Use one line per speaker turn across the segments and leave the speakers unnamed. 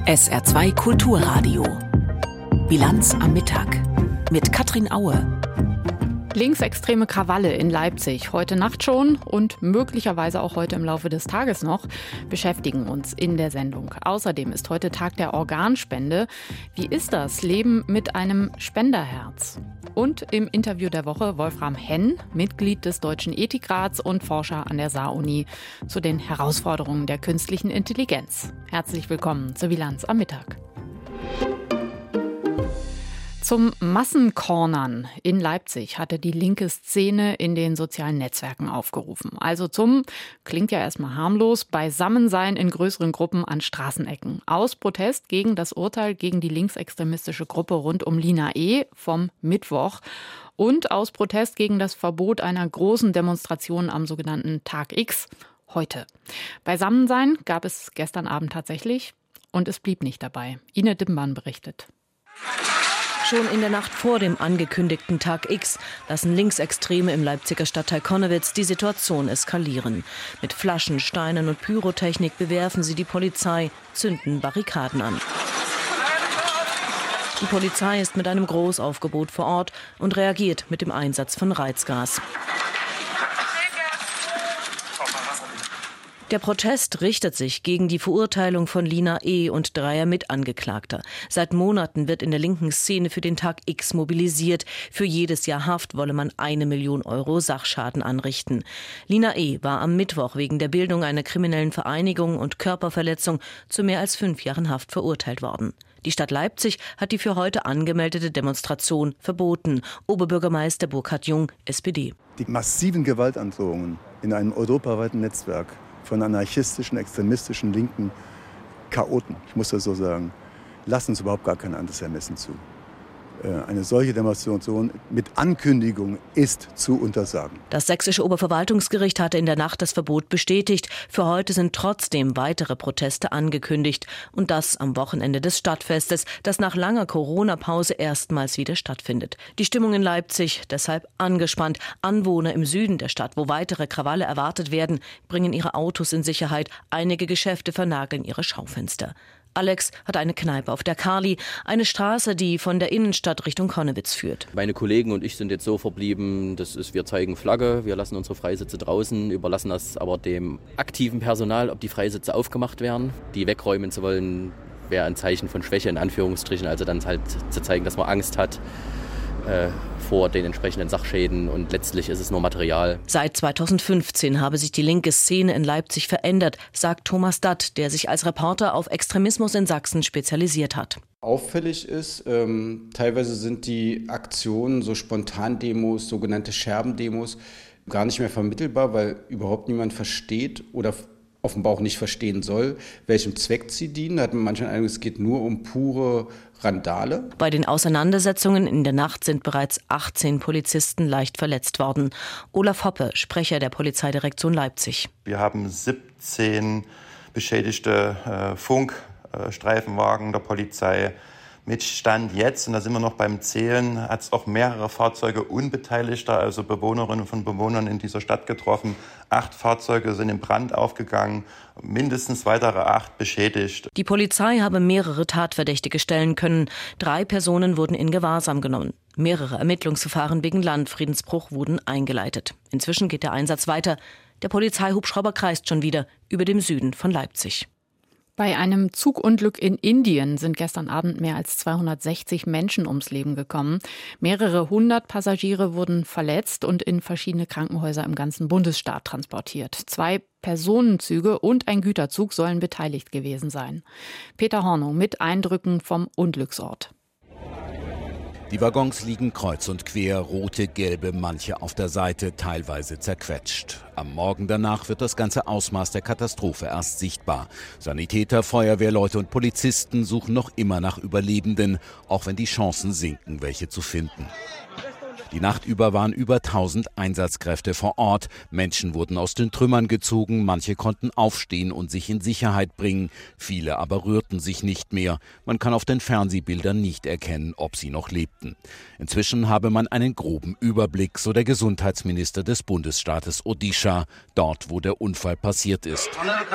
SR2 Kulturradio. Bilanz am Mittag mit Katrin Aue.
Linksextreme Krawalle in Leipzig, heute Nacht schon und möglicherweise auch heute im Laufe des Tages noch, beschäftigen uns in der Sendung. Außerdem ist heute Tag der Organspende. Wie ist das Leben mit einem Spenderherz? Und im Interview der Woche Wolfram Henn, Mitglied des Deutschen Ethikrats und Forscher an der Saar-Uni, zu den Herausforderungen der künstlichen Intelligenz. Herzlich willkommen zur Bilanz am Mittag. Zum Massencornern in Leipzig hatte die linke Szene in den sozialen Netzwerken aufgerufen. Also zum, klingt ja erstmal harmlos, Beisammensein in größeren Gruppen an Straßenecken. Aus Protest gegen das Urteil gegen die linksextremistische Gruppe rund um Lina E. vom Mittwoch. Und aus Protest gegen das Verbot einer großen Demonstration am sogenannten Tag X heute. Beisammensein gab es gestern Abend tatsächlich und es blieb nicht dabei. Ine Dimban berichtet.
Schon in der Nacht vor dem angekündigten Tag X lassen Linksextreme im Leipziger Stadtteil Connewitz die Situation eskalieren. Mit Flaschen, Steinen und Pyrotechnik bewerfen sie die Polizei, zünden Barrikaden an. Die Polizei ist mit einem Großaufgebot vor Ort und reagiert mit dem Einsatz von Reizgas. Der Protest richtet sich gegen die Verurteilung von Lina E. und dreier Mitangeklagter. Seit Monaten wird in der linken Szene für den Tag X mobilisiert. Für jedes Jahr Haft wolle man 1 Million Euro Sachschaden anrichten. Lina E. war am Mittwoch wegen der Bildung einer kriminellen Vereinigung und Körperverletzung zu mehr als 5 Jahren Haft verurteilt worden. Die Stadt Leipzig hat die für heute angemeldete Demonstration verboten. Oberbürgermeister Burkhard Jung, SPD.
Die massiven Gewaltandrohungen in einem europaweiten Netzwerk von anarchistischen, extremistischen, linken Chaoten, ich muss das so sagen, lassen uns überhaupt gar kein anderes Ermessen zu. Eine solche Demonstration mit Ankündigung ist zu untersagen.
Das sächsische Oberverwaltungsgericht hatte in der Nacht das Verbot bestätigt. Für heute sind trotzdem weitere Proteste angekündigt. Und das am Wochenende des Stadtfestes, das nach langer Corona-Pause erstmals wieder stattfindet. Die Stimmung in Leipzig deshalb angespannt. Anwohner im Süden der Stadt, wo weitere Krawalle erwartet werden, bringen ihre Autos in Sicherheit. Einige Geschäfte vernageln ihre Schaufenster. Alex hat eine Kneipe auf der Karli, eine Straße, die von der Innenstadt Richtung Connewitz führt.
Meine Kollegen und ich sind jetzt so verblieben, wir zeigen Flagge, wir lassen unsere Freisitze draußen, überlassen das aber dem aktiven Personal, ob die Freisitze aufgemacht werden. Die wegräumen zu wollen, wäre ein Zeichen von Schwäche in Anführungsstrichen, also dann halt zu zeigen, dass man Angst hat vor den entsprechenden Sachschäden und letztlich ist es nur Material.
Seit 2015 habe sich die linke Szene in Leipzig verändert, sagt Thomas Datt, der sich als Reporter auf Extremismus in Sachsen spezialisiert hat.
Auffällig ist, teilweise sind die Aktionen, so Spontandemos, sogenannte Scherbendemos, gar nicht mehr vermittelbar, weil überhaupt niemand versteht oder offenbar auch nicht verstehen soll, welchem Zweck sie dienen. Da hat man manchmal den Eindruck, es geht nur um pure Randale.
Bei den Auseinandersetzungen in der Nacht sind bereits 18 Polizisten leicht verletzt worden. Olaf Hoppe, Sprecher der Polizeidirektion Leipzig.
Wir haben 17 beschädigte Funkstreifenwagen der Polizei. Mit Stand jetzt, und da sind wir noch beim Zählen, hat es auch mehrere Fahrzeuge Unbeteiligter, also Bewohnerinnen von Bewohnern in dieser Stadt getroffen. 8 Fahrzeuge sind in Brand aufgegangen, mindestens weitere 8 beschädigt.
Die Polizei habe mehrere Tatverdächtige stellen können. 3 Personen wurden in Gewahrsam genommen. Mehrere Ermittlungsverfahren wegen Landfriedensbruch wurden eingeleitet. Inzwischen geht der Einsatz weiter. Der Polizeihubschrauber kreist schon wieder über dem Süden von Leipzig.
Bei einem Zugunglück in Indien sind gestern Abend mehr als 260 Menschen ums Leben gekommen. Mehrere 100 Passagiere wurden verletzt und in verschiedene Krankenhäuser im ganzen Bundesstaat transportiert. 2 Personenzüge und ein Güterzug sollen beteiligt gewesen sein. Peter Hornung mit Eindrücken vom Unglücksort.
Die Waggons liegen kreuz und quer, rote, gelbe, manche auf der Seite, teilweise zerquetscht. Am Morgen danach wird das ganze Ausmaß der Katastrophe erst sichtbar. Sanitäter, Feuerwehrleute und Polizisten suchen noch immer nach Überlebenden, auch wenn die Chancen sinken, welche zu finden. Die Nacht über waren über 1000 Einsatzkräfte vor Ort. Menschen wurden aus den Trümmern gezogen, manche konnten aufstehen und sich in Sicherheit bringen. Viele aber rührten sich nicht mehr. Man kann auf den Fernsehbildern nicht erkennen, ob sie noch lebten. Inzwischen habe man einen groben Überblick, so der Gesundheitsminister des Bundesstaates Odisha, dort wo der Unfall passiert ist.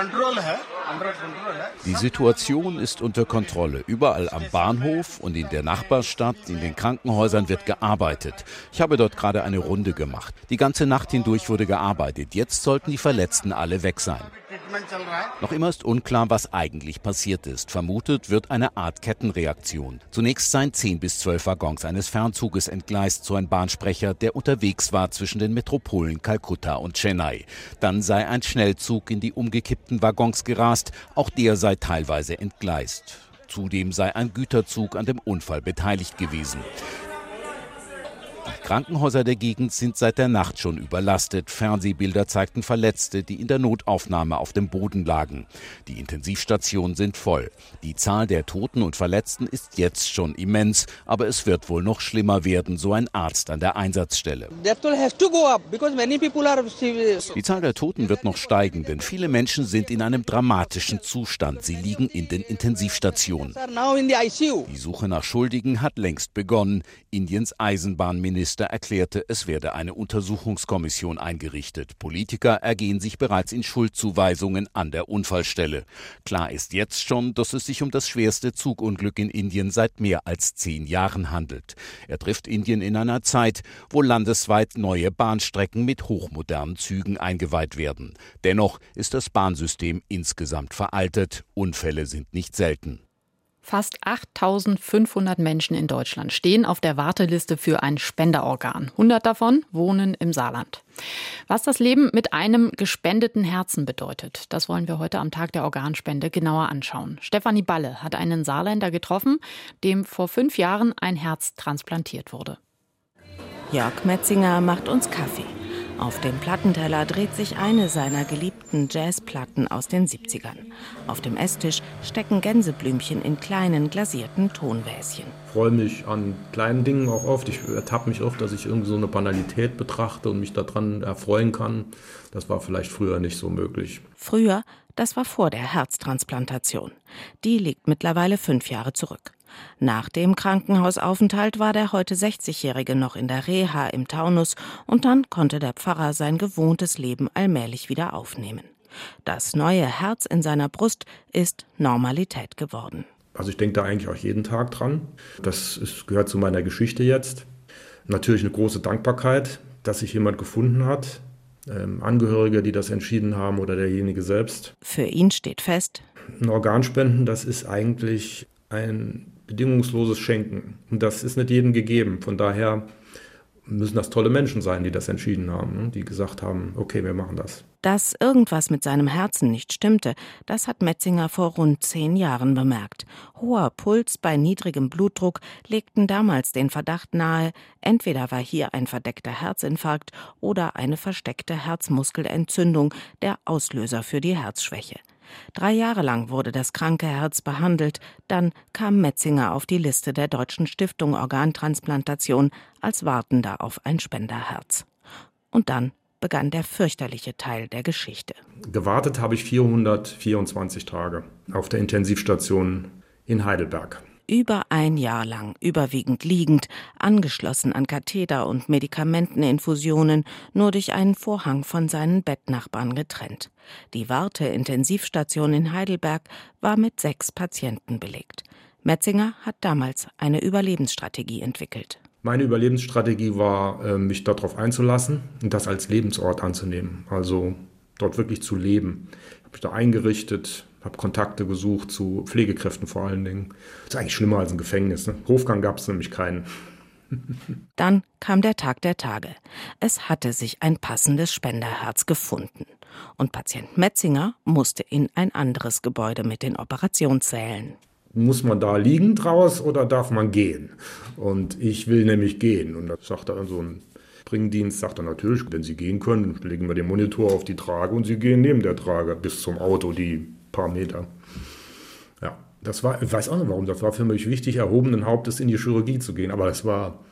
Die Situation ist unter Kontrolle. Überall am Bahnhof und in der Nachbarstadt, in den Krankenhäusern wird gearbeitet. Ich habe dort gerade eine Runde gemacht. Die ganze Nacht hindurch wurde gearbeitet. Jetzt sollten die Verletzten alle weg sein. Noch immer ist unklar, was eigentlich passiert ist. Vermutet wird eine Art Kettenreaktion. Zunächst seien 10 bis 12 Waggons eines Fernzuges entgleist, so ein Bahnsprecher, der unterwegs war zwischen den Metropolen Kalkutta und Chennai. Dann sei ein Schnellzug in die umgekippten Waggons gerast. Auch der sei teilweise entgleist. Zudem sei ein Güterzug an dem Unfall beteiligt gewesen. Die Krankenhäuser der Gegend sind seit der Nacht schon überlastet. Fernsehbilder zeigten Verletzte, die in der Notaufnahme auf dem Boden lagen. Die Intensivstationen sind voll. Die Zahl der Toten und Verletzten ist jetzt schon immens, aber es wird wohl noch schlimmer werden, so ein Arzt an der Einsatzstelle. Die Zahl der Toten wird noch steigen, denn viele Menschen sind in einem dramatischen Zustand. Sie liegen in den Intensivstationen. Die Suche nach Schuldigen hat längst begonnen. Indiens Eisenbahnminister erklärte, es werde eine Untersuchungskommission eingerichtet. Politiker ergehen sich bereits in Schuldzuweisungen an der Unfallstelle. Klar ist jetzt schon, dass es sich um das schwerste Zugunglück in Indien seit mehr als 10 Jahren handelt. Er trifft Indien in einer Zeit, wo landesweit neue Bahnstrecken mit hochmodernen Zügen eingeweiht werden. Dennoch ist das Bahnsystem insgesamt veraltet. Unfälle sind nicht selten.
Fast 8.500 Menschen in Deutschland stehen auf der Warteliste für ein Spenderorgan. 100 davon wohnen im Saarland. Was das Leben mit einem gespendeten Herzen bedeutet, das wollen wir heute am Tag der Organspende genauer anschauen. Stefanie Balle hat einen Saarländer getroffen, dem vor 5 Jahren ein Herz transplantiert wurde.
Jörg Metzinger macht uns Kaffee. Auf dem Plattenteller dreht sich eine seiner geliebten Jazzplatten aus den 70ern. Auf dem Esstisch stecken Gänseblümchen in kleinen glasierten Tonväschen.
Ich freue mich an kleinen Dingen auch oft. Ich ertappe mich oft, dass ich irgendwie so eine Banalität betrachte und mich daran erfreuen kann. Das war vielleicht früher nicht so möglich.
Früher, das war vor der Herztransplantation. Die liegt mittlerweile 5 Jahre zurück. Nach dem Krankenhausaufenthalt war der heute 60-Jährige noch in der Reha im Taunus und dann konnte der Pfarrer sein gewohntes Leben allmählich wieder aufnehmen. Das neue Herz in seiner Brust ist Normalität geworden.
Also ich denke da eigentlich auch jeden Tag dran. Gehört zu meiner Geschichte jetzt. Natürlich eine große Dankbarkeit, dass sich jemand gefunden hat. Angehörige, die das entschieden haben oder derjenige selbst.
Für ihn steht fest:
Ein Organspenden, das ist eigentlich ein bedingungsloses Schenken. Und das ist nicht jedem gegeben. Von daher müssen das tolle Menschen sein, die das entschieden haben, die gesagt haben, okay, wir machen das.
Dass irgendwas mit seinem Herzen nicht stimmte, das hat Metzinger vor rund 10 Jahren bemerkt. Hoher Puls bei niedrigem Blutdruck legten damals den Verdacht nahe, entweder war hier ein verdeckter Herzinfarkt oder eine versteckte Herzmuskelentzündung der Auslöser für die Herzschwäche. 3 Jahre lang wurde das kranke Herz behandelt, dann kam Metzinger auf die Liste der Deutschen Stiftung Organtransplantation als Wartender auf ein Spenderherz. Und dann begann der fürchterliche Teil der Geschichte.
Gewartet habe ich 424 Tage auf der Intensivstation in Heidelberg.
Über 1 Jahr lang, überwiegend liegend, angeschlossen an Katheter und Medikamenteninfusionen, nur durch einen Vorhang von seinen Bettnachbarn getrennt. Die Warte-Intensivstation in Heidelberg war mit 6 Patienten belegt. Metzinger hat damals eine Überlebensstrategie entwickelt.
Meine Überlebensstrategie war, mich darauf einzulassen und das als Lebensort anzunehmen, also dort wirklich zu leben. Ich habe mich da eingerichtet, habe Kontakte gesucht zu Pflegekräften vor allen Dingen. Das ist eigentlich schlimmer als ein Gefängnis. Ne? Hofgang gab es nämlich keinen.
Dann kam der Tag der Tage. Es hatte sich ein passendes Spenderherz gefunden. Und Patient Metzinger musste in ein anderes Gebäude mit den Operationssälen.
Muss man da liegend raus oder darf man gehen? Und ich will nämlich gehen. Und da sagt dann so ein Bringdienst, sagt er natürlich, wenn Sie gehen können, legen wir den Monitor auf die Trage und Sie gehen neben der Trage bis zum Auto, die paar Meter. Ja, das war, ich weiß auch nicht warum, das war für mich wichtig, erhobenen Hauptes in die Chirurgie zu gehen, aber es war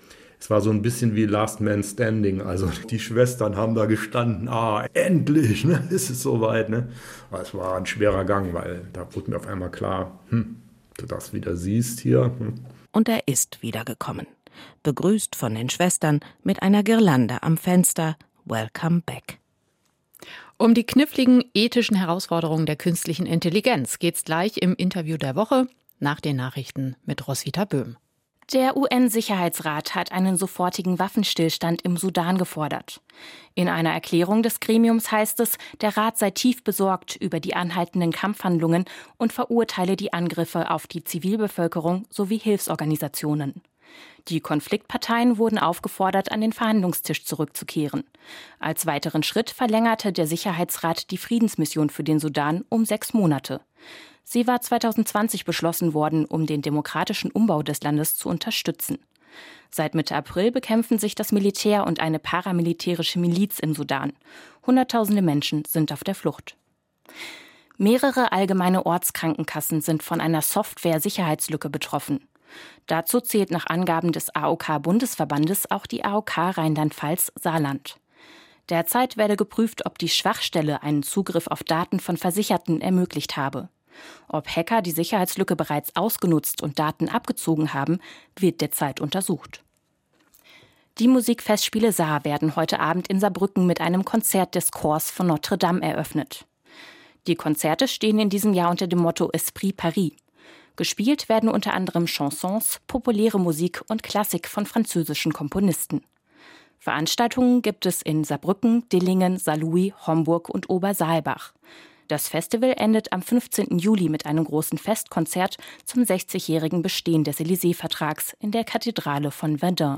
Es war so ein bisschen wie Last Man Standing. Also die Schwestern haben da gestanden, endlich, ne, ist es soweit. Ne? Aber es war ein schwerer Gang, weil da wurde mir auf einmal klar, du das wieder siehst hier.
Und er ist wiedergekommen. Begrüßt von den Schwestern mit einer Girlande am Fenster. Welcome back.
Um die kniffligen ethischen Herausforderungen der künstlichen Intelligenz geht's gleich im Interview der Woche nach den Nachrichten mit Roswitha Böhm.
Der UN-Sicherheitsrat hat einen sofortigen Waffenstillstand im Sudan gefordert. In einer Erklärung des Gremiums heißt es, der Rat sei tief besorgt über die anhaltenden Kampfhandlungen und verurteile die Angriffe auf die Zivilbevölkerung sowie Hilfsorganisationen. Die Konfliktparteien wurden aufgefordert, an den Verhandlungstisch zurückzukehren. Als weiteren Schritt verlängerte der Sicherheitsrat die Friedensmission für den Sudan um 6 Monate. Sie war 2020 beschlossen worden, um den demokratischen Umbau des Landes zu unterstützen. Seit Mitte April bekämpfen sich das Militär und eine paramilitärische Miliz im Sudan. Hunderttausende Menschen sind auf der Flucht. Mehrere allgemeine Ortskrankenkassen sind von einer Software-Sicherheitslücke betroffen. Dazu zählt nach Angaben des AOK-Bundesverbandes auch die AOK Rheinland-Pfalz-Saarland. Derzeit werde geprüft, ob die Schwachstelle einen Zugriff auf Daten von Versicherten ermöglicht habe. Ob Hacker die Sicherheitslücke bereits ausgenutzt und Daten abgezogen haben, wird derzeit untersucht. Die Musikfestspiele Saar werden heute Abend in Saarbrücken mit einem Konzert des Chors von Notre Dame eröffnet. Die Konzerte stehen in diesem Jahr unter dem Motto Esprit Paris. Gespielt werden unter anderem Chansons, populäre Musik und Klassik von französischen Komponisten. Veranstaltungen gibt es in Saarbrücken, Dillingen, Saarlouis, Homburg und Obersaalbach. Das Festival endet am 15. Juli mit einem großen Festkonzert zum 60-jährigen Bestehen des Élysée-Vertrags in der Kathedrale von Verdun.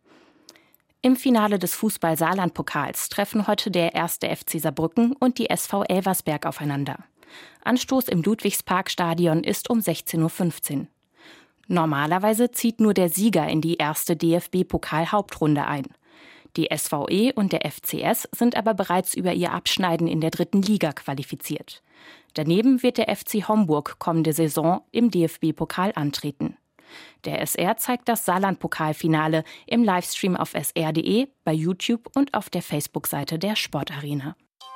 Im Finale des Fußball-Saarland-Pokals treffen heute der 1. FC Saarbrücken und die SV Elversberg aufeinander. Anstoß im Ludwigsparkstadion ist um 16:15 Uhr. Normalerweise zieht nur der Sieger in die erste DFB-Pokal-Hauptrunde ein. Die SVE und der FCS sind aber bereits über ihr Abschneiden in der 3. Liga qualifiziert. Daneben wird der FC Homburg kommende Saison im DFB-Pokal antreten. Der SR zeigt das Saarland-Pokalfinale im Livestream auf sr.de, bei YouTube und auf der Facebook-Seite der Sportarena.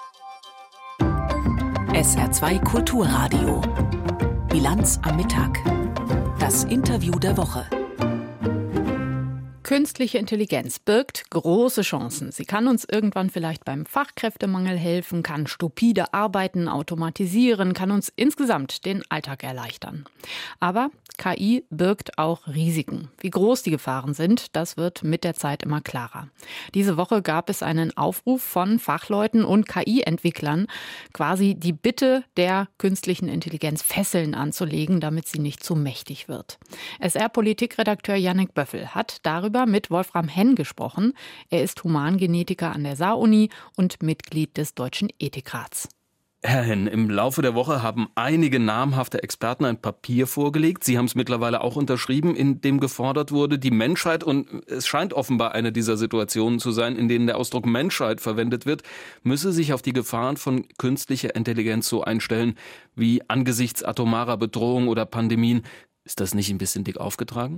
SR2 Kulturradio. Bilanz am Mittag. Das Interview der Woche.
Künstliche Intelligenz birgt große Chancen. Sie kann uns irgendwann vielleicht beim Fachkräftemangel helfen, kann stupide Arbeiten automatisieren, kann uns insgesamt den Alltag erleichtern. Aber KI birgt auch Risiken. Wie groß die Gefahren sind, das wird mit der Zeit immer klarer. Diese Woche gab es einen Aufruf von Fachleuten und KI-Entwicklern, quasi die Bitte der künstlichen Intelligenz Fesseln anzulegen, damit sie nicht zu mächtig wird. SR-Politikredakteur Jannik Böffel hat darüber mit Wolfram Henn gesprochen. Er ist Humangenetiker an der Saar-Uni und Mitglied des Deutschen Ethikrats.
Herr Henn, im Laufe der Woche haben einige namhafte Experten ein Papier vorgelegt. Sie haben es mittlerweile auch unterschrieben, in dem gefordert wurde, die Menschheit, und es scheint offenbar eine dieser Situationen zu sein, in denen der Ausdruck Menschheit verwendet wird, müsse sich auf die Gefahren von künstlicher Intelligenz so einstellen, wie angesichts atomarer Bedrohung oder Pandemien. Ist das nicht ein bisschen dick aufgetragen?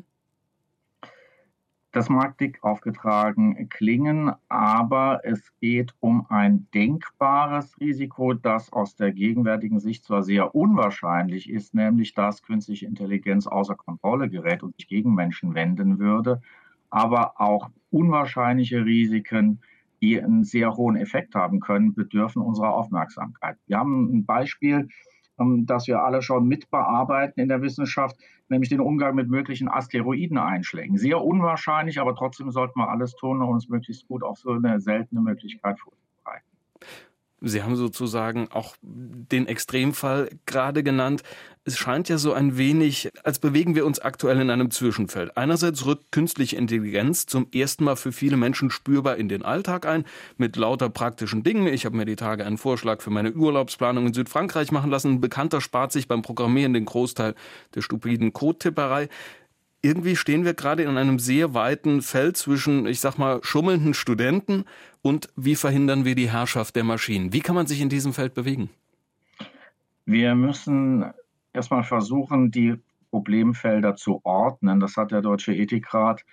Das mag dick aufgetragen klingen, aber es geht um ein denkbares Risiko, das aus der gegenwärtigen Sicht zwar sehr unwahrscheinlich ist, nämlich dass künstliche Intelligenz außer Kontrolle gerät und sich gegen Menschen wenden würde, aber auch unwahrscheinliche Risiken, die einen sehr hohen Effekt haben können, bedürfen unserer Aufmerksamkeit. Wir haben ein Beispiel, das wir alle schon mitbearbeiten in der Wissenschaft, nämlich den Umgang mit möglichen Asteroideneinschlägen. Sehr unwahrscheinlich, aber trotzdem sollten wir alles tun, um uns möglichst gut auf so eine seltene Möglichkeit vorzubereiten.
Sie haben sozusagen auch den Extremfall gerade genannt. Es scheint ja so ein wenig, als bewegen wir uns aktuell in einem Zwischenfeld. Einerseits rückt künstliche Intelligenz zum ersten Mal für viele Menschen spürbar in den Alltag ein, mit lauter praktischen Dingen. Ich habe mir die Tage einen Vorschlag für meine Urlaubsplanung in Südfrankreich machen lassen. Ein Bekannter spart sich beim Programmieren den Großteil der stupiden Code-Tipperei. Irgendwie stehen wir gerade in einem sehr weiten Feld zwischen, ich sag mal, schummelnden Studenten und wie verhindern wir die Herrschaft der Maschinen? Wie kann man sich in diesem Feld bewegen?
Wir müssen erstmal versuchen, die Problemfelder zu ordnen. Das hat der Deutsche Ethikrat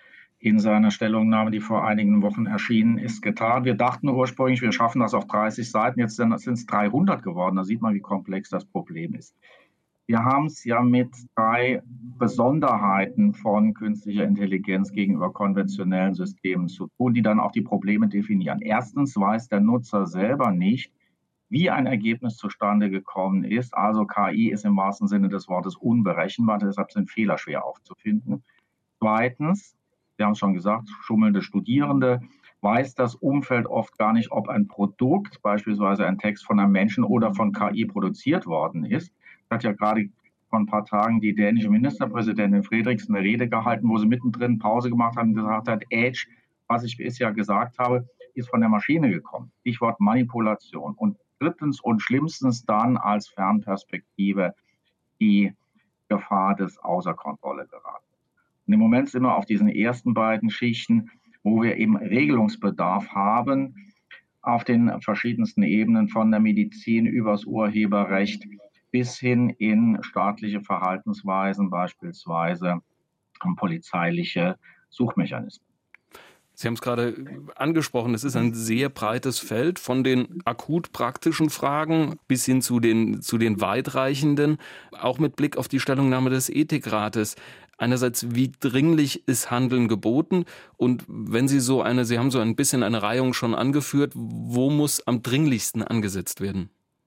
in seiner Stellungnahme, die vor einigen Wochen erschienen ist, getan. Wir dachten ursprünglich, wir schaffen das auf 30 Seiten, jetzt sind es 300 geworden. Da sieht man, wie komplex das Problem ist. Wir haben es ja mit 3 Besonderheiten von künstlicher Intelligenz gegenüber konventionellen Systemen zu tun, die dann auch die Probleme definieren. Erstens weiß der Nutzer selber nicht, wie ein Ergebnis zustande gekommen ist. Also KI ist im wahrsten Sinne des Wortes unberechenbar, deshalb sind Fehler schwer aufzufinden. Zweitens, wir haben es schon gesagt, schummelnde Studierende, weiß das Umfeld oft gar nicht, ob ein Produkt, beispielsweise ein Text von einem Menschen oder von KI produziert worden ist. Das hat ja gerade vor ein paar Tagen die dänische Ministerpräsidentin Frederiksen eine Rede gehalten, wo sie mittendrin Pause gemacht hat und gesagt hat, was ich bisher gesagt habe, ist von der Maschine gekommen. Stichwort Manipulation. Und drittens und schlimmstens dann als Fernperspektive die Gefahr des Außer Kontrolle geraten. Und im Moment sind wir auf diesen ersten beiden Schichten, wo wir eben Regelungsbedarf haben, auf den verschiedensten Ebenen von der Medizin übers Urheberrecht bis hin in staatliche Verhaltensweisen, beispielsweise polizeiliche Suchmechanismen.
Sie haben es gerade angesprochen, es ist ein sehr breites Feld von den akut praktischen Fragen bis hin zu den weitreichenden, auch mit Blick auf die Stellungnahme des Ethikrates. Einerseits, wie dringlich ist Handeln geboten? Und wenn Sie Sie haben so ein bisschen eine Reihung schon angeführt, wo muss am dringlichsten angesetzt werden?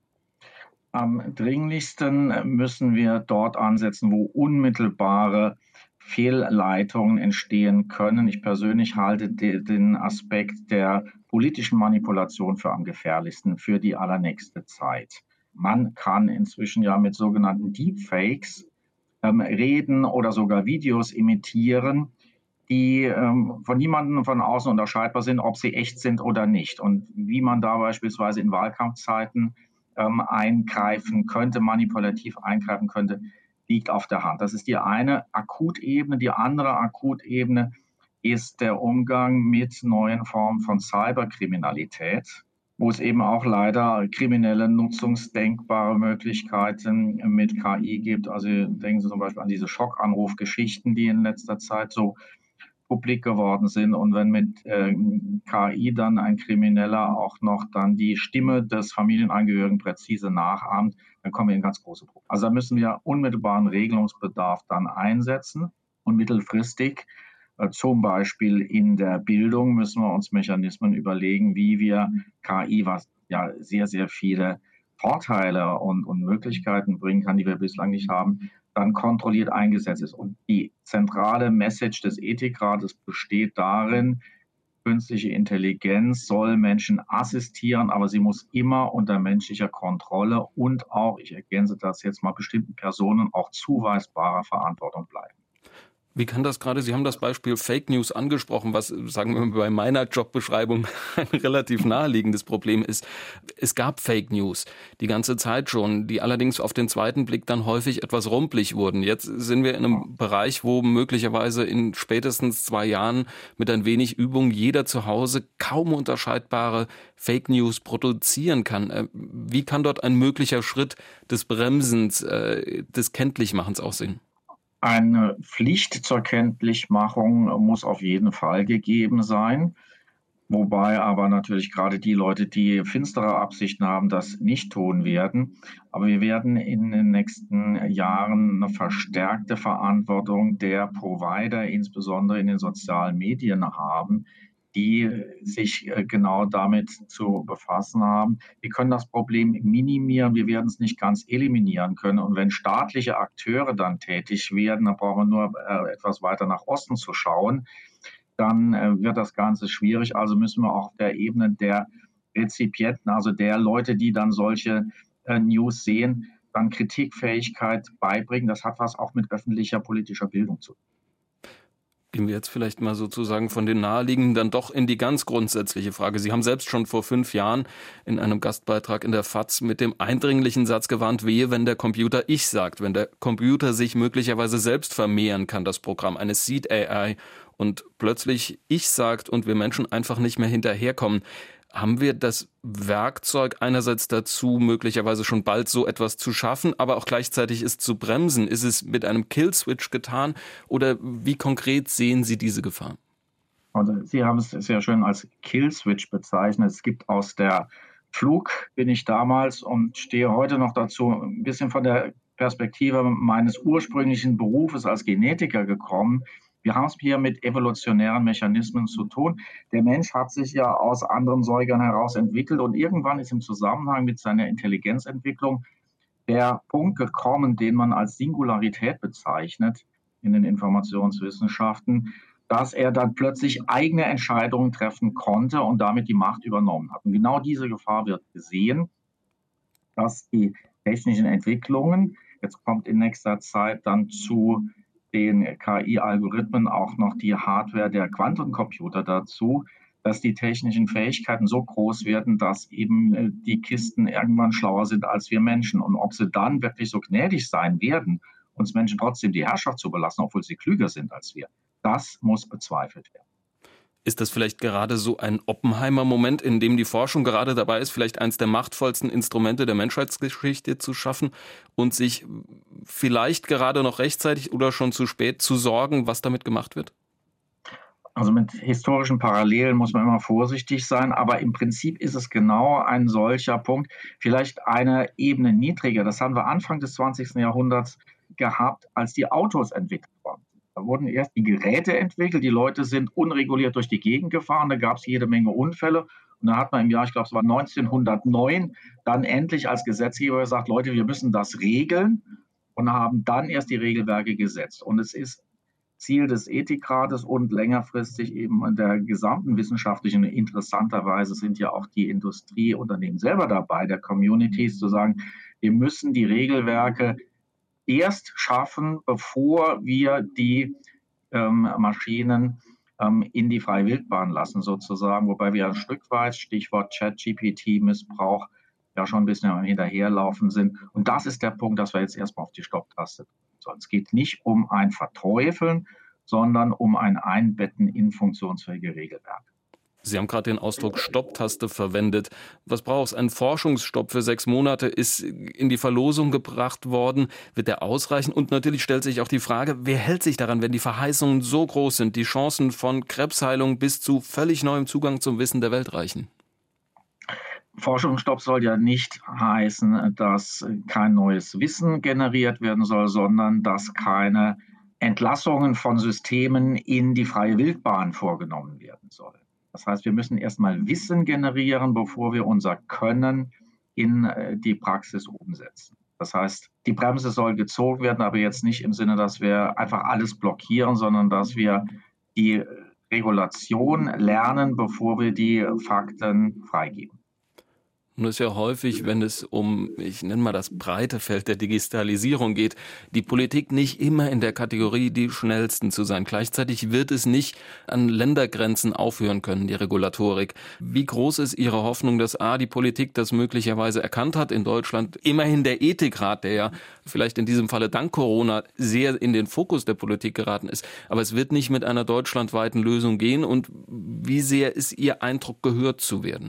Am dringlichsten müssen wir dort ansetzen, wo unmittelbare Fehlleitungen entstehen können. Ich persönlich halte den Aspekt der politischen Manipulation für am gefährlichsten für die allernächste Zeit. Man kann inzwischen ja mit sogenannten Deepfakes reden oder sogar Videos imitieren, die von niemandem von außen unterscheidbar sind, ob sie echt sind oder nicht. Und wie man da beispielsweise in Wahlkampfzeiten eingreifen könnte, manipulativ eingreifen könnte, liegt auf der Hand. Das ist die eine Akutebene. Die andere Akutebene ist der Umgang mit neuen Formen von Cyberkriminalität, wo es eben auch leider kriminelle nutzungsdenkbare Möglichkeiten mit KI gibt. Also denken Sie zum Beispiel an diese Schockanrufgeschichten, die in letzter Zeit so publik geworden sind. Und wenn mit KI dann ein Krimineller auch noch dann die Stimme des Familienangehörigen präzise nachahmt, dann kommen wir in ganz große Probleme. Also da müssen wir unmittelbaren Regelungsbedarf dann einsetzen und mittelfristig zum Beispiel in der Bildung müssen wir uns Mechanismen überlegen, wie wir KI, was ja sehr, sehr viele Vorteile und Möglichkeiten bringen kann, die wir bislang nicht haben, dann kontrolliert eingesetzt ist. Und die zentrale Message des Ethikrates besteht darin, künstliche Intelligenz soll Menschen assistieren, aber sie muss immer unter menschlicher Kontrolle und auch, ich ergänze das jetzt mal, bestimmten Personen auch zuweisbarer Verantwortung bleiben.
Wie kann das gerade, Sie haben das Beispiel Fake News angesprochen, was, sagen wir mal, bei meiner Jobbeschreibung ein relativ naheliegendes Problem ist. Es gab Fake News die ganze Zeit schon, die allerdings auf den zweiten Blick dann häufig etwas rumpelig wurden. Jetzt sind wir in einem Bereich, wo möglicherweise in spätestens 2 Jahren mit ein wenig Übung jeder zu Hause kaum unterscheidbare Fake News produzieren kann. Wie kann dort ein möglicher Schritt des Bremsens, des Kenntlichmachens aussehen?
Eine Pflicht zur Kenntlichmachung muss auf jeden Fall gegeben sein, wobei aber natürlich gerade die Leute, die finstere Absichten haben, das nicht tun werden. Aber wir werden in den nächsten Jahren eine verstärkte Verantwortung der Provider, insbesondere in den sozialen Medien, haben, die sich genau damit zu befassen haben. Wir können das Problem minimieren, wir werden es nicht ganz eliminieren können. Und wenn staatliche Akteure dann tätig werden, dann brauchen wir nur etwas weiter nach Osten zu schauen, dann wird das Ganze schwierig. Also müssen wir auch auf der Ebene der Rezipienten, also der Leute, die dann solche News sehen, dann Kritikfähigkeit beibringen. Das hat was auch mit öffentlicher politischer Bildung zu tun.
Gehen wir jetzt vielleicht mal sozusagen von den naheliegenden dann doch in die ganz grundsätzliche Frage. Sie haben selbst schon vor 5 Jahren in einem Gastbeitrag in der FAZ mit dem eindringlichen Satz gewarnt, wehe, wenn der Computer Ich sagt, wenn der Computer sich möglicherweise selbst vermehren kann, das Programm, eine Seed AI, und plötzlich Ich sagt und wir Menschen einfach nicht mehr hinterherkommen. Haben wir das Werkzeug einerseits dazu, möglicherweise schon bald so etwas zu schaffen, aber auch gleichzeitig es zu bremsen? Ist es mit einem Killswitch getan oder wie konkret sehen Sie diese Gefahr?
Und Sie haben es sehr schön als Kill-Switch bezeichnet. Es gibt aus der Flug, bin ich damals und stehe heute noch dazu, ein bisschen von der Perspektive meines ursprünglichen Berufes als Genetiker gekommen. Wir haben es hier mit evolutionären Mechanismen zu tun. Der Mensch hat sich ja aus anderen Säugern heraus entwickelt und irgendwann ist im Zusammenhang mit seiner Intelligenzentwicklung der Punkt gekommen, den man als Singularität bezeichnet in den Informationswissenschaften, dass er dann plötzlich eigene Entscheidungen treffen konnte und damit die Macht übernommen hat. Und genau diese Gefahr wird gesehen, dass die technischen Entwicklungen, jetzt kommt in nächster Zeit dann zu den KI-Algorithmen auch noch die Hardware der Quantencomputer dazu, dass die technischen Fähigkeiten so groß werden, dass eben die Kisten irgendwann schlauer sind als wir Menschen. Und ob sie dann wirklich so gnädig sein werden, uns Menschen trotzdem die Herrschaft zu belassen, obwohl sie klüger sind als wir, das muss bezweifelt werden.
Ist das vielleicht gerade so ein Oppenheimer-Moment, in dem die Forschung gerade dabei ist, vielleicht eines der machtvollsten Instrumente der Menschheitsgeschichte zu schaffen und sich vielleicht gerade noch rechtzeitig oder schon zu spät zu sorgen, was damit gemacht wird?
Also mit historischen Parallelen muss man immer vorsichtig sein, aber im Prinzip ist es genau ein solcher Punkt, vielleicht eine Ebene niedriger. Das haben wir Anfang des 20. Jahrhunderts gehabt, als die Autos entwickelt wurden. Da wurden erst die Geräte entwickelt, die Leute sind unreguliert durch die Gegend gefahren, da gab es jede Menge Unfälle. Und dann hat man im Jahr, ich glaube es war 1909, dann endlich als Gesetzgeber gesagt, Leute, wir müssen das regeln und haben dann erst die Regelwerke gesetzt. Und es ist Ziel des Ethikrates und längerfristig eben in der gesamten wissenschaftlichen, interessanterweise sind ja auch die Industrieunternehmen selber dabei, der Communities, zu sagen, wir müssen die Regelwerke erst schaffen, bevor wir die Maschinen in die freie Wildbahn lassen sozusagen, wobei wir ein Stück weit, Stichwort ChatGPT-Missbrauch, ja schon ein bisschen hinterherlaufen sind. Und das ist der Punkt, dass wir jetzt erstmal auf die Stopptaste drücken sollen. Es geht nicht um ein Verteufeln, sondern um ein Einbetten in funktionsfähige Regelwerke.
Sie haben gerade den Ausdruck Stopptaste verwendet. Was braucht es? Ein Forschungsstopp für 6 Monate ist in die Verlosung gebracht worden. Wird der ausreichen? Und natürlich stellt sich auch die Frage, wer hält sich daran, wenn die Verheißungen so groß sind, die Chancen von Krebsheilung bis zu völlig neuem Zugang zum Wissen der Welt reichen?
Forschungsstopp soll ja nicht heißen, dass kein neues Wissen generiert werden soll, sondern dass keine Entlassungen von Systemen in die freie Wildbahn vorgenommen werden sollen. Das heißt, wir müssen erstmal Wissen generieren, bevor wir unser Können in die Praxis umsetzen. Das heißt, die Bremse soll gezogen werden, aber jetzt nicht im Sinne, dass wir einfach alles blockieren, sondern dass wir die Regulation lernen, bevor wir die Fakten freigeben.
Und es ist ja häufig, wenn es um, ich nenne mal das breite Feld der Digitalisierung geht, die Politik nicht immer in der Kategorie, die schnellsten zu sein. Gleichzeitig wird es nicht an Ländergrenzen aufhören können, die Regulatorik. Wie groß ist Ihre Hoffnung, dass die Politik das möglicherweise erkannt hat in Deutschland? Immerhin der Ethikrat, der ja vielleicht in diesem Falle dank Corona sehr in den Fokus der Politik geraten ist. Aber es wird nicht mit einer deutschlandweiten Lösung gehen. Und wie sehr ist Ihr Eindruck, gehört zu werden?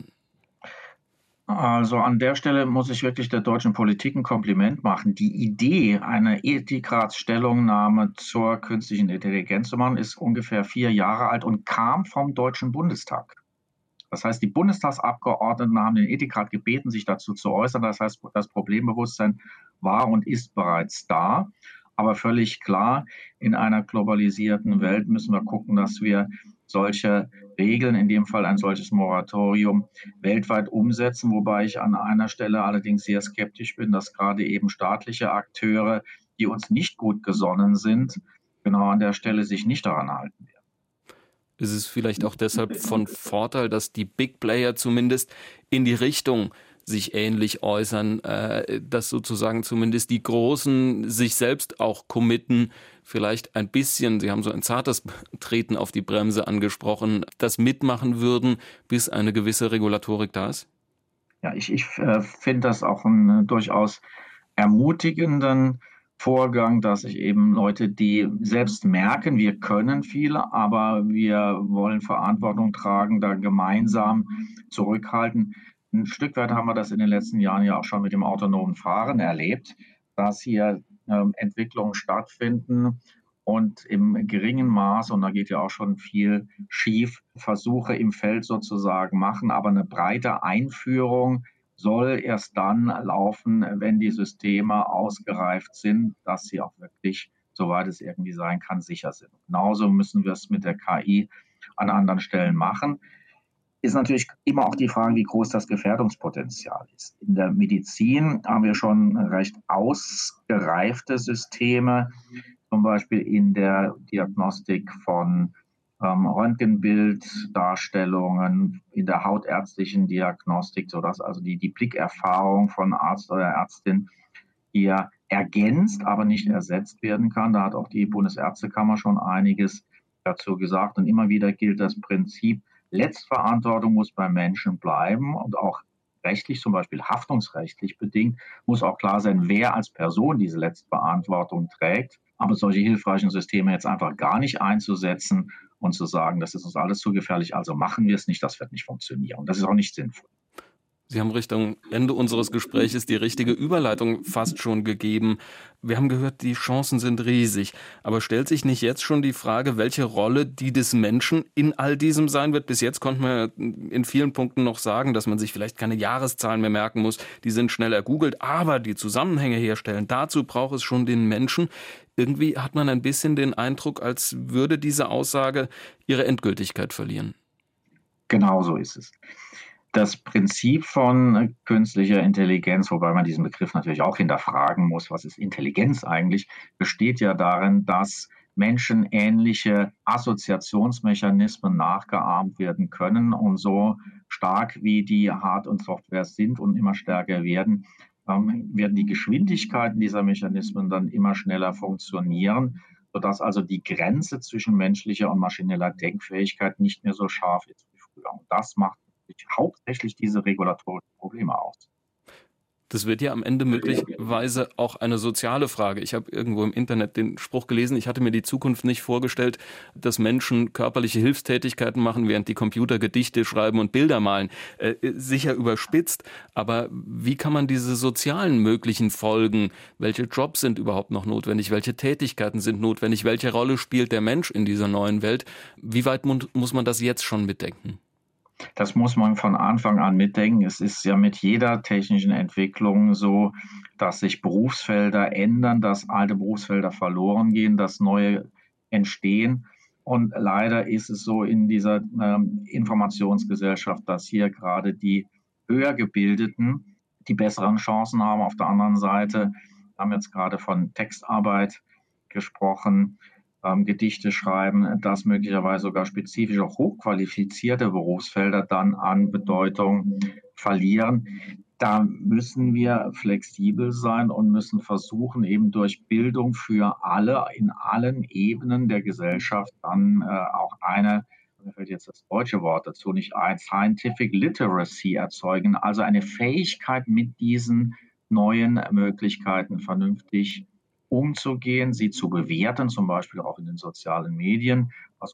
Also an der Stelle muss ich wirklich der deutschen Politik ein Kompliment machen. Die Idee, eine Ethikratsstellungnahme zur künstlichen Intelligenz zu machen, ist ungefähr 4 Jahre alt und kam vom Deutschen Bundestag. Das heißt, die Bundestagsabgeordneten haben den Ethikrat gebeten, sich dazu zu äußern. Das heißt, das Problembewusstsein war und ist bereits da. Aber völlig klar, in einer globalisierten Welt müssen wir gucken, dass wir solche Regeln, in dem Fall ein solches Moratorium, weltweit umsetzen, wobei ich an einer Stelle allerdings sehr skeptisch bin, dass gerade eben staatliche Akteure, die uns nicht gut gesonnen sind, genau an der Stelle sich nicht daran halten werden.
Ist es vielleicht auch deshalb von Vorteil, dass die Big Player zumindest in die Richtung sich ähnlich äußern, dass sozusagen zumindest die Großen sich selbst auch committen, vielleicht ein bisschen, Sie haben so ein zartes Treten auf die Bremse angesprochen, das mitmachen würden, bis eine gewisse Regulatorik da ist?
Ja, ich finde das auch einen durchaus ermutigenden Vorgang, dass sich eben Leute, die selbst merken, wir können viel, aber wir wollen Verantwortung tragen, da gemeinsam zurückhalten. Ein Stück weit haben wir das in den letzten Jahren ja auch schon mit dem autonomen Fahren erlebt, dass hier Entwicklungen stattfinden und im geringen Maß, und da geht ja auch schon viel schief, Versuche im Feld sozusagen machen. Aber eine breite Einführung soll erst dann laufen, wenn die Systeme ausgereift sind, dass sie auch wirklich, soweit es irgendwie sein kann, sicher sind. Genauso müssen wir es mit der KI an anderen Stellen machen. Ist natürlich immer auch die Frage, wie groß das Gefährdungspotenzial ist. In der Medizin haben wir schon recht ausgereifte Systeme, zum Beispiel in der Diagnostik von Röntgenbilddarstellungen, in der hautärztlichen Diagnostik, sodass also die Blickerfahrung von Arzt oder Ärztin hier ergänzt, aber nicht ersetzt werden kann. Da hat auch die Bundesärztekammer schon einiges dazu gesagt. Und immer wieder gilt das Prinzip, Letztverantwortung muss beim Menschen bleiben und auch rechtlich, zum Beispiel haftungsrechtlich bedingt, muss auch klar sein, wer als Person diese Letztverantwortung trägt. Aber solche hilfreichen Systeme jetzt einfach gar nicht einzusetzen und zu sagen, das ist uns alles zu gefährlich, also machen wir es nicht, das wird nicht funktionieren. Das ist auch nicht sinnvoll.
Sie haben Richtung Ende unseres Gespräches die richtige Überleitung fast schon gegeben. Wir haben gehört, die Chancen sind riesig. Aber stellt sich nicht jetzt schon die Frage, welche Rolle die des Menschen in all diesem sein wird? Bis jetzt konnte man in vielen Punkten noch sagen, dass man sich vielleicht keine Jahreszahlen mehr merken muss. Die sind schnell ergoogelt, aber die Zusammenhänge herstellen, dazu braucht es schon den Menschen. Irgendwie hat man ein bisschen den Eindruck, als würde diese Aussage ihre Endgültigkeit verlieren.
Genau so ist es. Das Prinzip von künstlicher Intelligenz, wobei man diesen Begriff natürlich auch hinterfragen muss, was ist Intelligenz eigentlich, besteht ja darin, dass menschenähnliche Assoziationsmechanismen nachgeahmt werden können. Und so stark wie die Hard- und Software sind und immer stärker werden die Geschwindigkeiten dieser Mechanismen dann immer schneller funktionieren, sodass also die Grenze zwischen menschlicher und maschineller Denkfähigkeit nicht mehr so scharf ist wie früher. Und das macht hauptsächlich diese regulatorischen Probleme aus.
Das wird ja am Ende möglicherweise auch eine soziale Frage. Ich habe irgendwo im Internet den Spruch gelesen, ich hatte mir die Zukunft nicht vorgestellt, dass Menschen körperliche Hilfstätigkeiten machen, während die Computer Gedichte schreiben und Bilder malen. Sicher überspitzt, aber wie kann man diese sozialen möglichen Folgen, welche Jobs sind überhaupt noch notwendig, welche Tätigkeiten sind notwendig, welche Rolle spielt der Mensch in dieser neuen Welt, wie weit muss man das jetzt schon mitdenken?
Das muss man von Anfang an mitdenken. Es ist ja mit jeder technischen Entwicklung so, dass sich Berufsfelder ändern, dass alte Berufsfelder verloren gehen, dass neue entstehen. Und leider ist es so in dieser Informationsgesellschaft, dass hier gerade die höher Gebildeten die besseren Chancen haben. Auf der anderen Seite haben wir jetzt gerade von Textarbeit gesprochen, Gedichte schreiben, dass möglicherweise sogar spezifische hochqualifizierte Berufsfelder dann an Bedeutung verlieren. Da müssen wir flexibel sein und müssen versuchen, eben durch Bildung für alle in allen Ebenen der Gesellschaft dann auch eine, mir fällt jetzt das deutsche Wort dazu nicht ein, Scientific Literacy erzeugen, also eine Fähigkeit, mit diesen neuen Möglichkeiten vernünftig umzugehen, sie zu bewerten, zum Beispiel auch in den sozialen Medien, was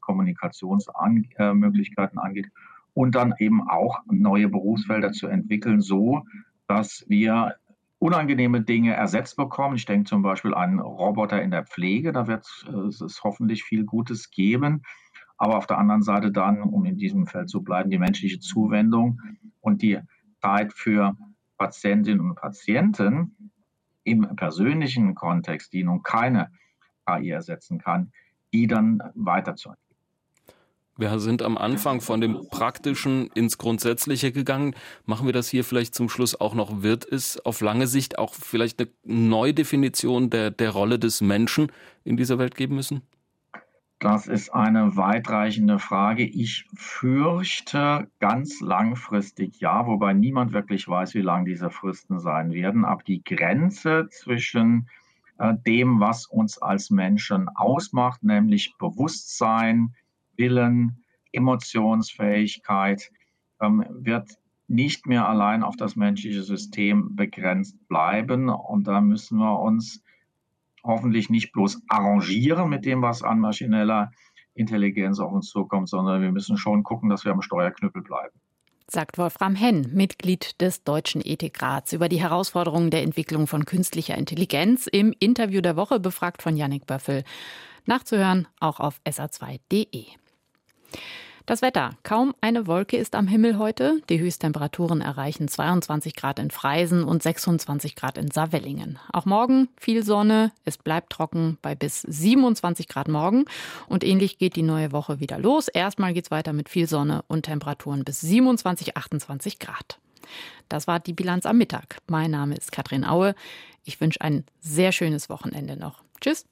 Kommunikationsmöglichkeiten angeht, und dann eben auch neue Berufsfelder zu entwickeln, so dass wir unangenehme Dinge ersetzt bekommen. Ich denke zum Beispiel an Roboter in der Pflege, da wird es hoffentlich viel Gutes geben. Aber auf der anderen Seite dann, um in diesem Feld zu bleiben, die menschliche Zuwendung und die Zeit für Patientinnen und Patienten im persönlichen Kontext, die nun keine KI ersetzen kann, die dann weiterzuentwickeln.
Wir sind am Anfang von dem Praktischen ins Grundsätzliche gegangen. Machen wir das hier vielleicht zum Schluss auch noch? Wird es auf lange Sicht auch vielleicht eine Neudefinition der Rolle des Menschen in dieser Welt geben müssen?
Das ist eine weitreichende Frage. Ich fürchte ganz langfristig ja, wobei niemand wirklich weiß, wie lang diese Fristen sein werden. Aber die Grenze zwischen dem, was uns als Menschen ausmacht, nämlich Bewusstsein, Willen, Emotionsfähigkeit, wird nicht mehr allein auf das menschliche System begrenzt bleiben. Und da müssen wir uns hoffentlich nicht bloß arrangieren mit dem, was an maschineller Intelligenz auf uns zukommt, sondern wir müssen schon gucken, dass wir am Steuerknüppel bleiben.
sagt Wolfram Henn, Mitglied des Deutschen Ethikrats, über die Herausforderungen der Entwicklung von künstlicher Intelligenz im Interview der Woche, befragt von Jannik Böffel. Nachzuhören auch auf sr2.de. Das Wetter. Kaum eine Wolke ist am Himmel heute. Die Höchsttemperaturen erreichen 22 Grad in Freisen und 26 Grad in Saarwellingen. Auch morgen viel Sonne. Es bleibt trocken bei bis 27 Grad morgen. Und ähnlich geht die neue Woche wieder los. Erstmal geht's weiter mit viel Sonne und Temperaturen bis 27, 28 Grad. Das war die Bilanz am Mittag. Mein Name ist Katrin Aue. Ich wünsche ein sehr schönes Wochenende noch. Tschüss.